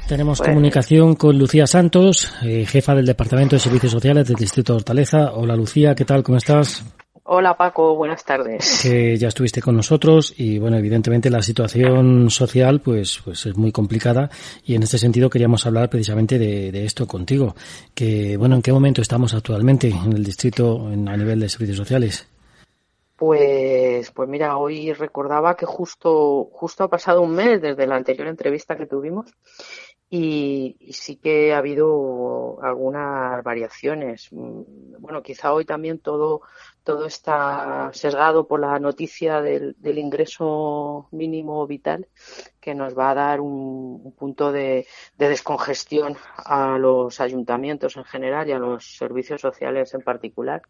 Tenemos comunicación con Lucía Santos, jefa del Departamento de Servicios Sociales del Distrito de Hortaleza. Hola Lucía, ¿qué tal? ¿Cómo estás? Hola Paco, buenas tardes. Que ya estuviste con nosotros y bueno, evidentemente la situación social pues es muy complicada y en este sentido queríamos hablar precisamente de esto contigo. Que bueno, ¿en qué momento estamos actualmente en el distrito a nivel de servicios sociales? Pues mira, hoy recordaba que justo ha pasado un mes desde la anterior entrevista que tuvimos y sí que ha habido algunas variaciones. Bueno, quizá hoy también todo está sesgado por la noticia del ingreso mínimo vital, que nos va a dar un punto de descongestión a los ayuntamientos en general y a los servicios sociales en particular.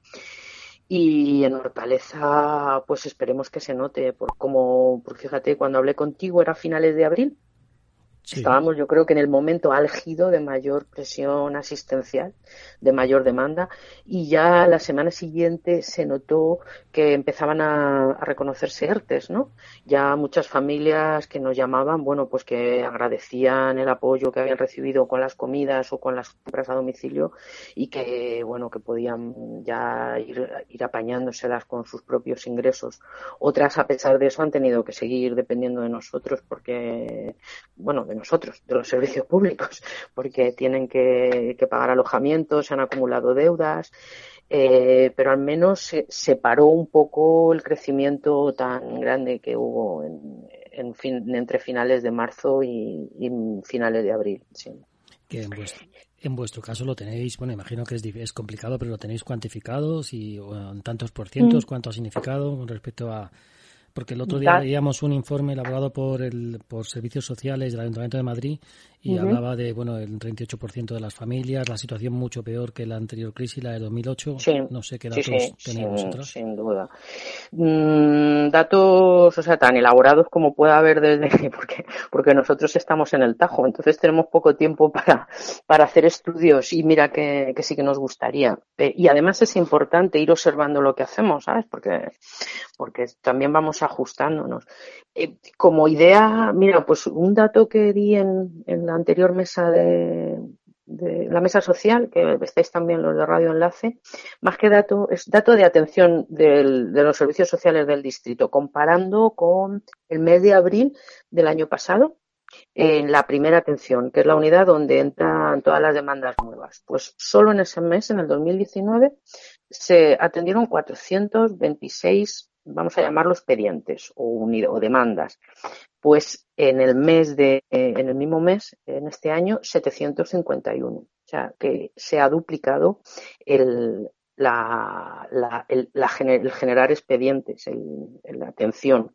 Y en Hortaleza, pues esperemos que se note, porque fíjate, cuando hablé contigo era a finales de abril. Sí. Estábamos, yo creo que en el momento álgido de mayor presión asistencial, de mayor demanda, y ya la semana siguiente se notó que empezaban a reconocerse ERTES, ¿no? Ya muchas familias que nos llamaban, bueno, pues que agradecían el apoyo que habían recibido con las comidas o con las compras a domicilio y que, bueno, que podían ya ir apañándoselas con sus propios ingresos. Otras, a pesar de eso, han tenido que seguir dependiendo de nosotros porque, bueno, de los servicios públicos, porque tienen que pagar alojamientos, se han acumulado deudas, pero al menos se paró un poco el crecimiento tan grande que hubo entre finales de marzo y finales de abril. Sí. Que en vuestro caso lo tenéis, bueno, imagino que es complicado, pero lo tenéis cuantificado, o en tantos por cientos, ¿cuánto ha significado con respecto a...? Porque el otro día veíamos un informe elaborado por Servicios Sociales del Ayuntamiento de Madrid y hablaba de, bueno, el 38% de las familias, la situación mucho peor que la anterior crisis, la de 2008. Sí, no sé qué datos tenéis vosotros. Sin duda. Datos, o sea, tan elaborados como pueda haber porque nosotros estamos en el Tajo, entonces tenemos poco tiempo para hacer estudios y mira que sí que nos gustaría. Y además es importante ir observando lo que hacemos, ¿sabes? Porque también vamos ajustándonos. Como idea, mira, pues un dato que di en la anterior mesa de la mesa social, que estáis también los de Radio Enlace, más que dato, es dato de atención de los servicios sociales del distrito, comparando con el mes de abril del año pasado, en la primera atención, que es la unidad donde entran todas las demandas nuevas. Pues solo en ese mes, en el 2019, se atendieron 426, vamos a llamarlos expedientes o demandas. Pues en el mismo mes, en este año, 751. O sea, que se ha duplicado el generar expedientes, la atención.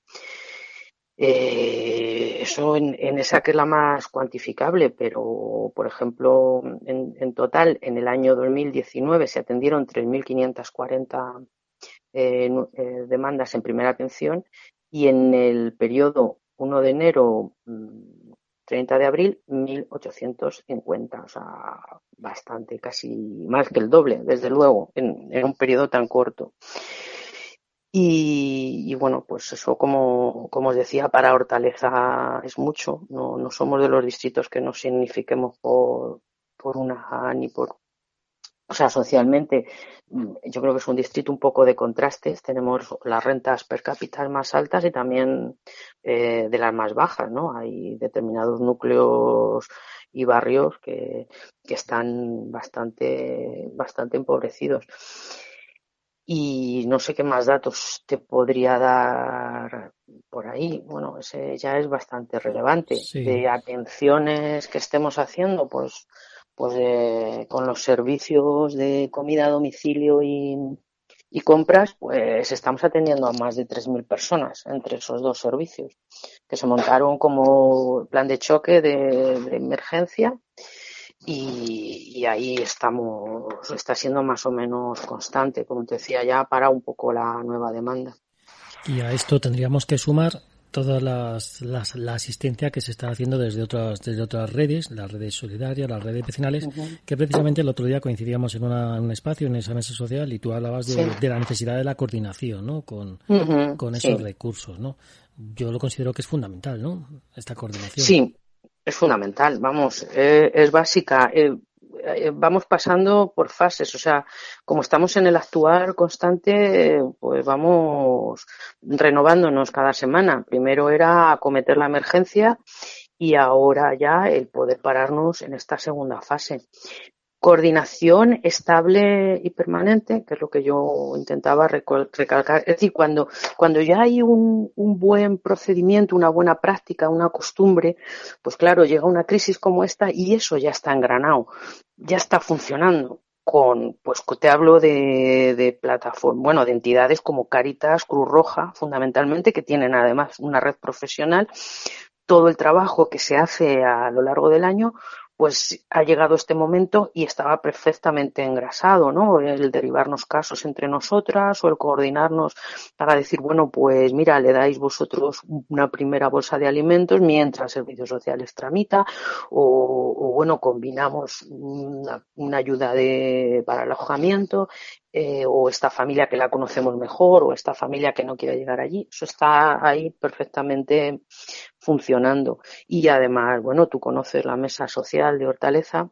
Eso en esa que es la más cuantificable, pero por ejemplo, en total, en el año 2019 se atendieron 3.540 demandas en primera atención y en el periodo 1 de enero 30 de abril 1.850, o sea, bastante, casi más que el doble, desde luego, en un periodo tan corto. Y bueno, pues eso, como os decía, para Hortaleza es mucho. No somos de los distritos que nos signifiquemos por una ni por... O sea, socialmente, yo creo que es un distrito un poco de contrastes. Tenemos las rentas per cápita más altas y también de las más bajas, ¿no? Hay determinados núcleos y barrios que están bastante empobrecidos. Y no sé qué más datos te podría dar por ahí. Bueno, ese ya es bastante relevante. Sí. De atenciones que estemos haciendo, pues con los servicios de comida a domicilio y compras, pues estamos atendiendo a más de 3.000 personas entre esos dos servicios, que se montaron como plan de choque de emergencia. Y ahí está siendo más o menos constante, como te decía, ya para un poco la nueva demanda. Y a esto tendríamos que sumar toda la asistencia que se está haciendo desde otras redes, las redes solidarias, las redes vecinales, que precisamente el otro día coincidíamos en un espacio, en esa mesa social, y tú hablabas de la necesidad de la coordinación, ¿no? Con esos recursos, ¿no? Yo lo considero que es fundamental, ¿no? Esta coordinación. Sí. Es fundamental, vamos, es básica. Vamos pasando por fases, o sea, como estamos en el actuar constante, pues vamos renovándonos cada semana. Primero era acometer la emergencia y ahora ya el poder pararnos en esta segunda fase. Coordinación estable y permanente, que es lo que yo intentaba recalcar. Es decir, cuando ya hay un buen procedimiento, una buena práctica, una costumbre, pues claro, llega una crisis como esta y eso ya está engranado, ya está funcionando. Pues te hablo de plataformas, bueno, de entidades como Cáritas, Cruz Roja, fundamentalmente, que tienen además una red profesional. Todo el trabajo que se hace a lo largo del año, pues ha llegado este momento y estaba perfectamente engrasado, ¿no? El derivarnos casos entre nosotras o el coordinarnos para decir, bueno, pues mira, le dais vosotros una primera bolsa de alimentos mientras Servicios Sociales tramita o bueno, combinamos una ayuda para el alojamiento o esta familia que la conocemos mejor o esta familia que no quiere llegar allí. Eso está ahí perfectamente funcionando. Y además, bueno, tú conoces la mesa social de Hortaleza,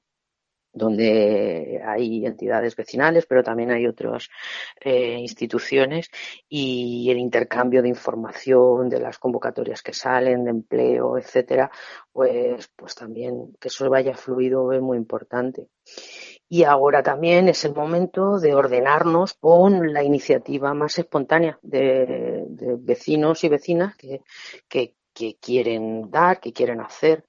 donde hay entidades vecinales, pero también hay otras instituciones, y el intercambio de información, de las convocatorias que salen, de empleo, etcétera, pues también que eso vaya fluido es muy importante. Y ahora también es el momento de ordenarnos con la iniciativa más espontánea de vecinos y vecinas que quieren dar, que quieren hacer.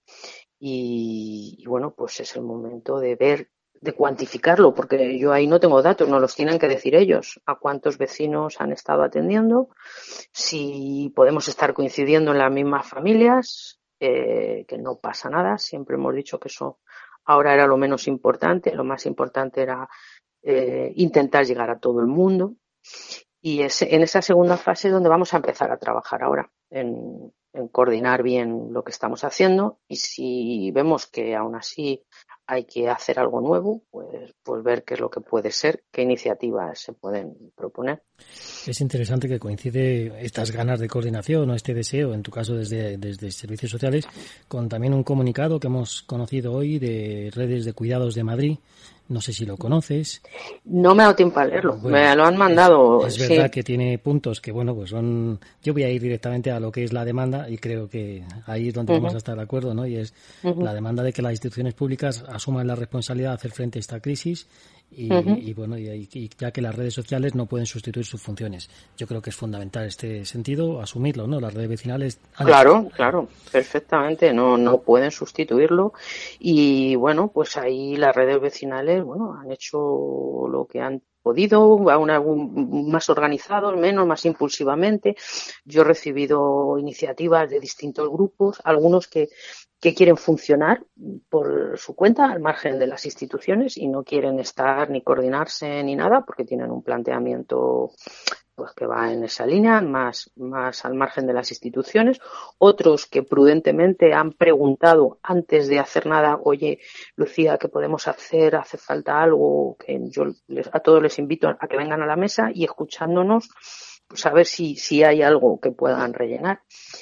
Y bueno, pues es el momento de ver, de cuantificarlo, porque yo ahí no tengo datos, no los tienen que decir ellos, a cuántos vecinos han estado atendiendo, si podemos estar coincidiendo en las mismas familias, que no pasa nada, siempre hemos dicho que eso ahora era lo menos importante, lo más importante era intentar llegar a todo el mundo. Y es en esa segunda fase donde vamos a empezar a trabajar ahora, en coordinar bien lo que estamos haciendo, y si vemos que aún así hay que hacer algo nuevo, pues ver qué es lo que puede ser, qué iniciativas se pueden proponer. Es interesante que coincide estas ganas de coordinación o este deseo, en tu caso desde Servicios Sociales, con también un comunicado que hemos conocido hoy de Redes de Cuidados de Madrid. No sé si lo conoces. No me ha dado tiempo a leerlo, bueno, me lo han mandado. Es verdad que tiene puntos que, bueno, pues son... Yo voy a ir directamente a lo que es la demanda y creo que ahí es donde vamos a estar de acuerdo, ¿no? Y es la demanda de que las instituciones públicas asuman la responsabilidad de hacer frente a esta crisis y bueno, y ya que las redes sociales no pueden sustituir sus funciones. Yo creo que es fundamental este sentido, asumirlo, ¿no? Las redes vecinales... Claro, perfectamente, no pueden sustituirlo, y bueno, pues ahí las redes vecinales, bueno, han hecho lo que han podido, aún más organizados, menos, más impulsivamente. Yo he recibido iniciativas de distintos grupos, algunos que quieren funcionar por su cuenta al margen de las instituciones y no quieren estar ni coordinarse ni nada porque tienen un planteamiento pues que va en esa línea, más al margen de las instituciones. Otros que prudentemente han preguntado antes de hacer nada, oye, Lucía, ¿qué podemos hacer? ¿Hace falta algo? Que yo a todos les invito a que vengan a la mesa y escuchándonos, pues a ver si hay algo que puedan rellenar.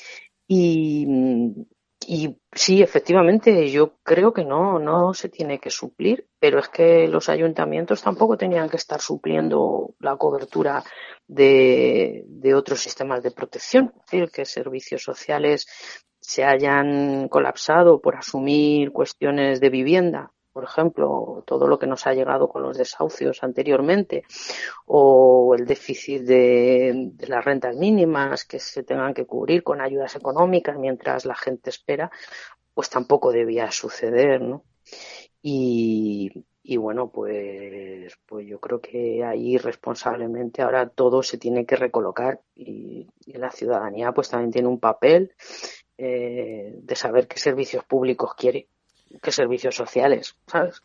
Y sí, efectivamente, yo creo que no se tiene que suplir, pero es que los ayuntamientos tampoco tenían que estar supliendo la cobertura de otros sistemas de protección. Es decir, que servicios sociales se hayan colapsado por asumir cuestiones de vivienda, por ejemplo, todo lo que nos ha llegado con los desahucios anteriormente, o el déficit de las rentas mínimas que se tengan que cubrir con ayudas económicas mientras la gente espera, pues tampoco debía suceder, ¿no? Y bueno, pues yo creo que ahí responsablemente ahora todo se tiene que recolocar y la ciudadanía pues también tiene un papel de saber qué servicios públicos quiere, qué servicios sociales, ¿sabes?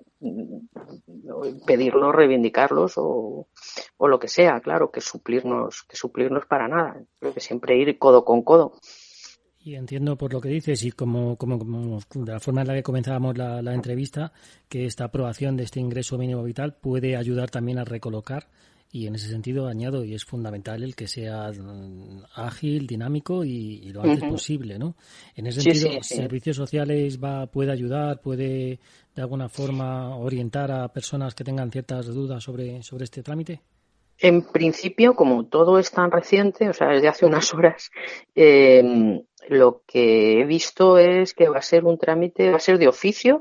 Pedirlos, reivindicarlos o lo que sea, claro, que suplirnos para nada. Creo que siempre ir codo con codo. Y entiendo por lo que dices y como de la forma en la que comenzábamos la entrevista, que esta aprobación de este ingreso mínimo vital puede ayudar también a recolocar y en ese sentido añado, y es fundamental el que sea ágil, dinámico y lo antes posible, ¿no? En ese sentido, ¿Servicios Sociales puede ayudar, puede de alguna forma orientar a personas que tengan ciertas dudas sobre este trámite? En principio, como todo es tan reciente, o sea, desde hace unas horas, lo que he visto es que va a ser un trámite, va a ser de oficio,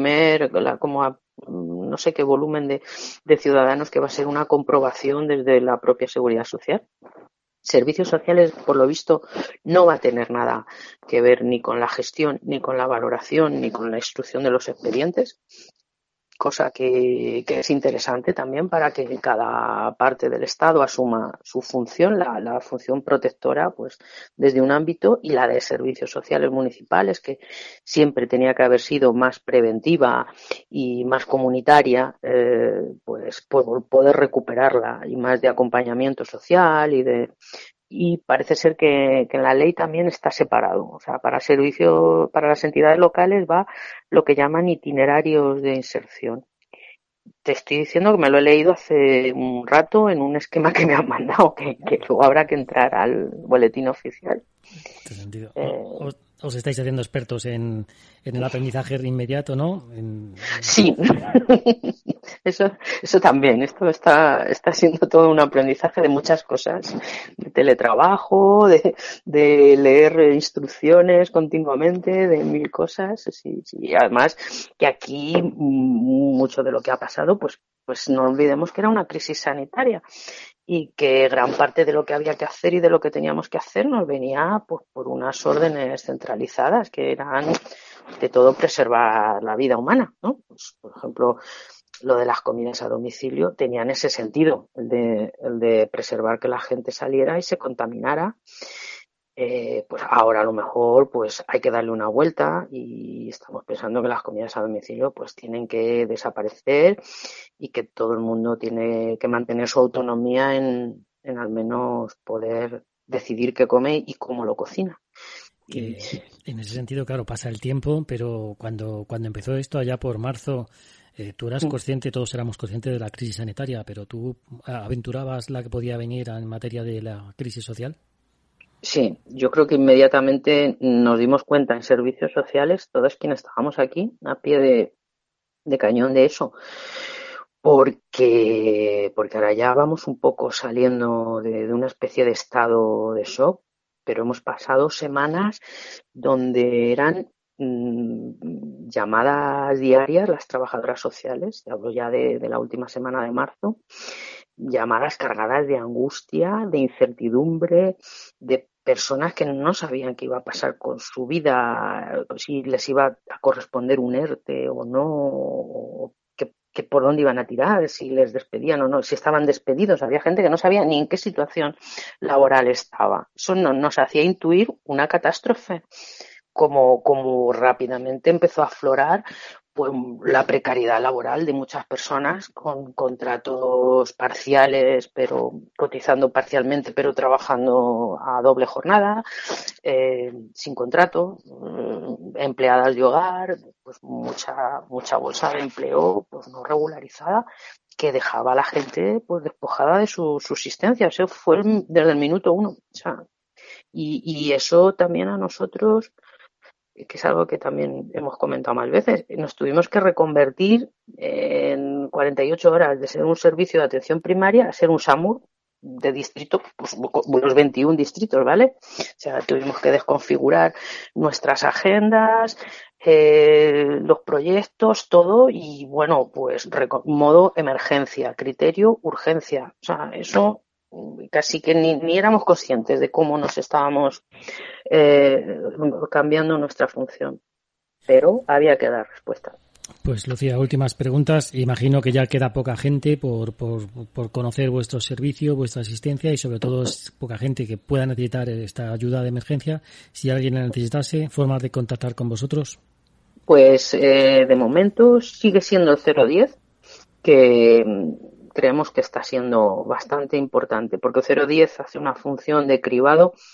no sé qué volumen de ciudadanos, que va a ser una comprobación desde la propia Seguridad Social. Servicios Sociales, por lo visto, no va a tener nada que ver ni con la gestión, ni con la valoración, ni con la instrucción de los expedientes. Cosa que es interesante también para que cada parte del Estado asuma su función, la función protectora, pues desde un ámbito, y la de servicios sociales municipales, que siempre tenía que haber sido más preventiva y más comunitaria, pues por poder recuperarla, y más de acompañamiento social y parece ser que en la ley también está separado. O sea, para las entidades locales va lo que llaman itinerarios de inserción. Te estoy diciendo que me lo he leído hace un rato en un esquema que me han mandado, que luego habrá que entrar al boletín oficial. En este sentido, os estáis haciendo expertos en el aprendizaje inmediato, ¿no? Sí, eso también. Esto está siendo todo un aprendizaje de muchas cosas, de teletrabajo, de leer instrucciones continuamente, de mil cosas. Sí. Además, que aquí mucho de lo que ha pasado, pues no olvidemos que era una crisis sanitaria y que gran parte de lo que había que hacer y de lo que teníamos que hacer nos venía pues, por unas órdenes centralizadas que eran de todo preservar la vida humana, ¿no? Pues, por ejemplo, lo de las comidas a domicilio tenía en ese sentido, el de preservar que la gente saliera y se contaminara. Pues ahora a lo mejor pues hay que darle una vuelta y estamos pensando que las comidas a domicilio pues tienen que desaparecer y que todo el mundo tiene que mantener su autonomía en al menos poder decidir qué come y cómo lo cocina. Que en ese sentido, claro, pasa el tiempo, pero cuando empezó esto allá por marzo, tú eras consciente, todos éramos conscientes de la crisis sanitaria, pero tú aventurabas la que podía venir en materia de la crisis social. Sí, yo creo que inmediatamente nos dimos cuenta en servicios sociales, todos quienes estábamos aquí, a pie de cañón de eso, porque ahora ya vamos un poco saliendo de una especie de estado de shock, pero hemos pasado semanas donde eran llamadas diarias las trabajadoras sociales, te hablo ya de la última semana de marzo, llamadas cargadas de angustia, de incertidumbre, de personas que no sabían qué iba a pasar con su vida, si les iba a corresponder un ERTE o no, o que por dónde iban a tirar, si les despedían o no, si estaban despedidos. Había gente que no sabía ni en qué situación laboral estaba. Eso nos hacía intuir una catástrofe. Como rápidamente empezó a aflorar pues la precariedad laboral de muchas personas con contratos parciales, pero cotizando parcialmente, pero trabajando a doble jornada, sin contrato, empleadas de hogar, pues mucha bolsa de empleo pues no regularizada que dejaba a la gente pues despojada de su subsistencia. Eso fue desde el minuto uno. O sea, y eso también a nosotros, que es algo que también hemos comentado más veces, nos tuvimos que reconvertir en 48 horas de ser un servicio de atención primaria a ser un SAMUR de distrito, pues los 21 distritos, ¿vale? O sea, tuvimos que desconfigurar nuestras agendas, los proyectos, todo, y bueno, pues modo emergencia, criterio urgencia. O sea, eso casi que ni éramos conscientes de cómo nos estábamos cambiando nuestra función, pero había que dar respuesta. Pues Lucía, últimas preguntas. Imagino que ya queda poca gente por conocer vuestro servicio, vuestra asistencia y sobre todo es poca gente que pueda necesitar esta ayuda de emergencia. Si alguien la necesitase, ¿formas de contactar con vosotros? Pues de momento sigue siendo el 010, que creemos que está siendo bastante importante, porque el 010 hace una función de cribado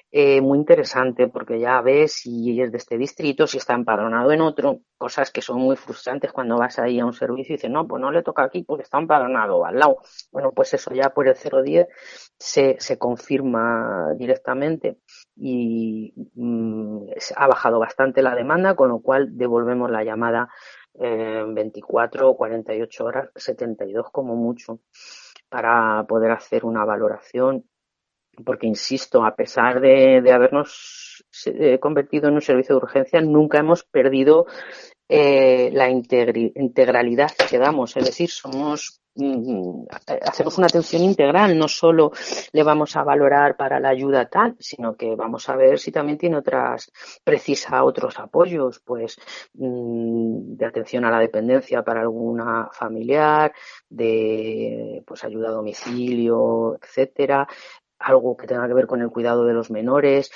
muy interesante porque ya ves si es de este distrito, si está empadronado en otro, cosas que son muy frustrantes cuando vas ahí a un servicio y dices, no, pues no le toca aquí porque está empadronado al lado. Bueno, pues eso ya por el 010 se confirma directamente y ha bajado bastante la demanda, con lo cual devolvemos la llamada 24 o 48 horas, 72 como mucho, para poder hacer una valoración, porque insisto, a pesar de habernos convertido en un servicio de urgencia, nunca hemos perdido la integralidad que damos, es decir, hacemos una atención integral, no solo le vamos a valorar para la ayuda tal, sino que vamos a ver si también tiene precisa otros apoyos, pues de atención a la dependencia para alguna familiar, de pues ayuda a domicilio, etcétera, algo que tenga que ver con el cuidado de los menores,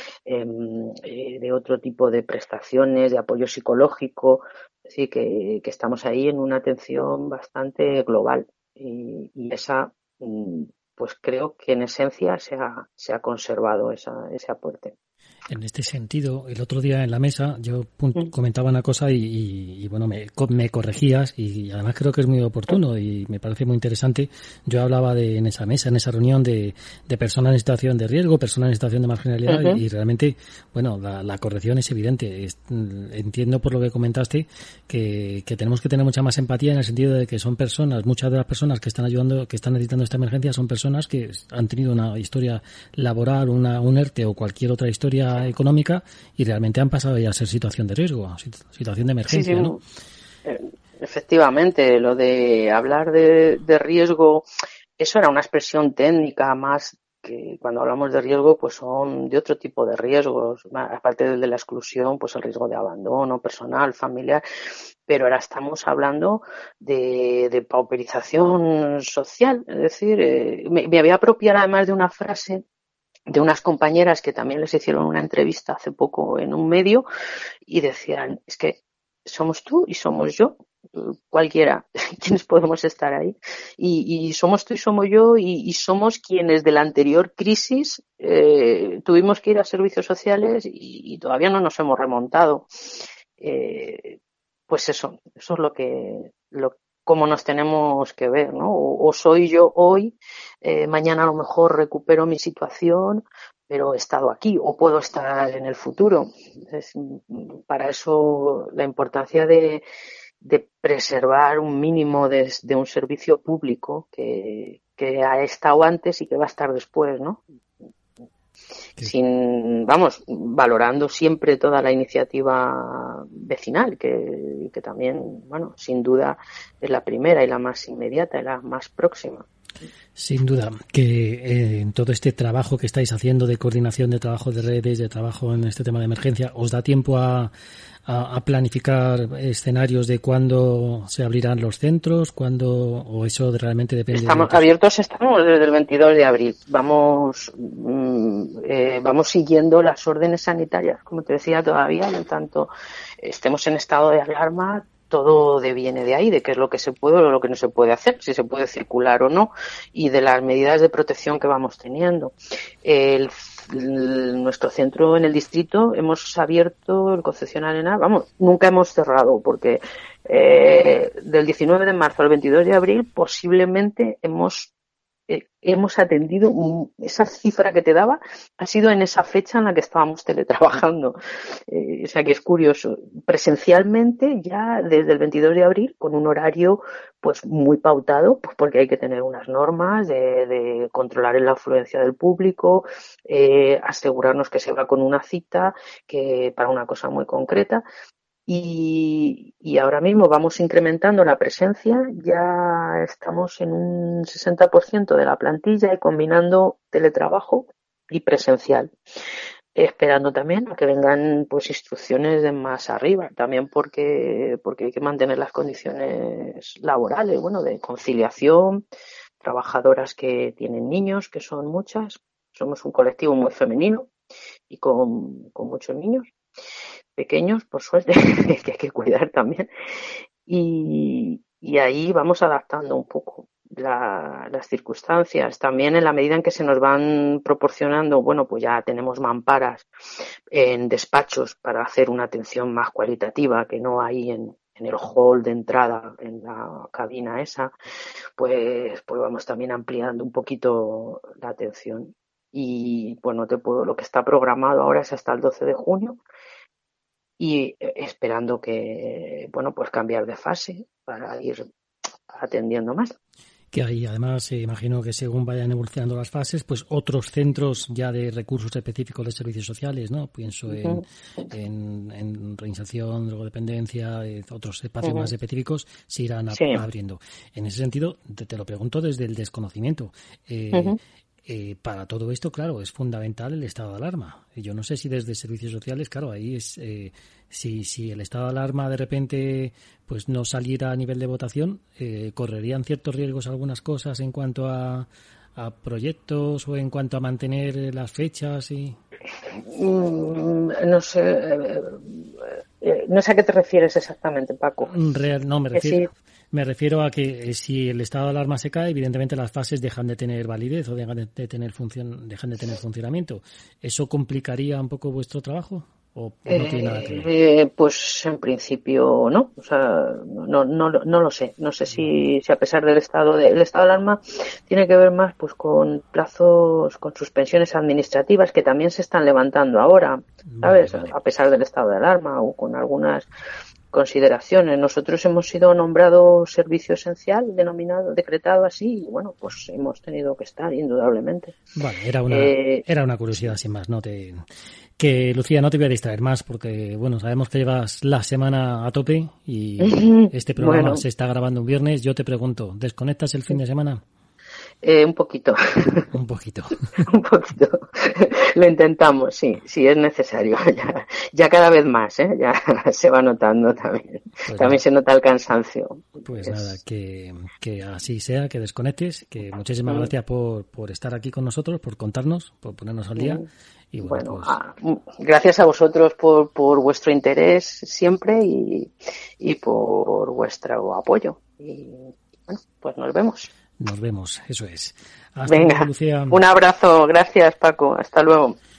de otro tipo de prestaciones, de apoyo psicológico. Sí, que estamos ahí en una atención bastante global y esa, pues creo que en esencia se ha conservado ese aporte. En este sentido, el otro día en la mesa yo comentaba una cosa y bueno, me corregías y además creo que es muy oportuno y me parece muy interesante. Yo hablaba en esa mesa, en esa reunión de personas en situación de riesgo, personas en situación de marginalidad y realmente, bueno, la corrección es evidente. Entiendo por lo que comentaste que tenemos que tener mucha más empatía en el sentido de que son personas, muchas de las personas que están ayudando, que están necesitando esta emergencia son personas que han tenido una historia laboral, un ERTE o cualquier otra historia económica y realmente han pasado ya a ser situación de riesgo, situación de emergencia, sí, ¿no? Efectivamente, lo de hablar de riesgo, eso era una expresión técnica más que cuando hablamos de riesgo, pues son de otro tipo de riesgos, aparte del de la exclusión, pues el riesgo de abandono personal, familiar, pero ahora estamos hablando de pauperización social, es decir, me voy a apropiar además de una frase de unas compañeras que también les hicieron una entrevista hace poco en un medio y decían, es que somos tú y somos yo, cualquiera, quienes podemos estar ahí. Y somos tú y somos yo y somos quienes de la anterior crisis tuvimos que ir a servicios sociales y todavía no nos hemos remontado. Pues eso es cómo nos tenemos que ver, ¿no? O soy yo hoy, mañana a lo mejor recupero mi situación, pero he estado aquí o puedo estar en el futuro. Entonces, para eso la importancia de preservar un mínimo de un servicio público que ha estado antes y que va a estar después, ¿no? Valorando siempre toda la iniciativa vecinal, que también, bueno, sin duda es la primera y la más inmediata y la más próxima. Sin duda, que en todo este trabajo que estáis haciendo de coordinación de trabajo de redes, de trabajo en este tema de emergencia, ¿os da tiempo a planificar escenarios de cuándo se abrirán los centros, o eso realmente depende? Abiertos estamos desde el 22 de abril. Vamos siguiendo las órdenes sanitarias, como te decía todavía, en tanto estemos en estado de alarma. Todo deviene de ahí, de qué es lo que se puede o lo que no se puede hacer, si se puede circular o no, y de las medidas de protección que vamos teniendo. Nuestro centro en el distrito hemos abierto el concesionario Arenas, nunca hemos cerrado, porque del 19 de marzo al 22 de abril posiblemente hemos atendido, esa cifra que te daba ha sido en esa fecha en la que estábamos teletrabajando. O sea que es curioso. Presencialmente ya desde el 22 de abril con un horario pues muy pautado, pues porque hay que tener unas normas de controlar la afluencia del público, asegurarnos que se va con una cita, que para una cosa muy concreta. Y ahora mismo vamos incrementando la presencia, ya estamos en un 60% de la plantilla y combinando teletrabajo y presencial, esperando también a que vengan pues instrucciones de más arriba, también porque hay que mantener las condiciones laborales, bueno, de conciliación, trabajadoras que tienen niños, que son muchas, somos un colectivo muy femenino y con muchos niños pequeños, por suerte, que hay que cuidar también. Y ahí vamos adaptando un poco. las circunstancias. También en la medida en que se nos van proporcionando, bueno, pues ya tenemos mamparas en despachos para hacer una atención más cualitativa que no hay en el hall de entrada, en la cabina esa, pues vamos también ampliando un poquito la atención. Y bueno, lo que está programado ahora es hasta el 12 de junio y esperando que, bueno, pues cambiar de fase para ir atendiendo más. Que ahí además imagino que según vayan evolucionando las fases, pues otros centros ya de recursos específicos de servicios sociales, ¿no? Pienso en reinserción, drogodependencia, otros espacios más específicos se irán abriendo. En ese sentido, te lo pregunto desde el desconocimiento. Para todo esto, claro, es fundamental el estado de alarma. Yo no sé si desde servicios sociales, claro, ahí es si el estado de alarma de repente pues no saliera a nivel de votación, correrían ciertos riesgos algunas cosas en cuanto a proyectos o en cuanto a mantener las fechas y no sé no sé a qué te refieres exactamente, Paco. No, me refiero a que si el estado de alarma se cae, evidentemente las fases dejan de tener validez o dejan de tener funcionamiento. ¿Eso complicaría un poco vuestro trabajo? ¿O no tiene nada que ver? Pues en principio no, o sea, no lo sé. No sé si a pesar del estado de alarma tiene que ver más pues con plazos, con suspensiones administrativas que también se están levantando ahora, ¿sabes? Vale. A pesar del estado de alarma o con algunas consideraciones. Nosotros hemos sido nombrado servicio esencial, decretado así, y bueno, pues hemos tenido que estar, indudablemente. Vale, era una curiosidad sin más, que Lucía, no te voy a distraer más porque, bueno, sabemos que llevas la semana a tope y este programa se está grabando un viernes. Yo te pregunto, ¿desconectas el fin de semana? Un poquito. Un poquito. Un poquito. Lo intentamos, sí es necesario. Ya cada vez más, ya se va notando también. Pues también se nota el cansancio. Pues nada, que así sea, que desconectes, que muchísimas gracias por estar aquí con nosotros, por contarnos, por ponernos al día. Y bueno, pues... gracias a vosotros por vuestro interés siempre y por vuestro apoyo. Y bueno, pues nos vemos. Nos vemos, eso es. Hasta luego, Lucía. Un abrazo, gracias, Paco. Hasta luego.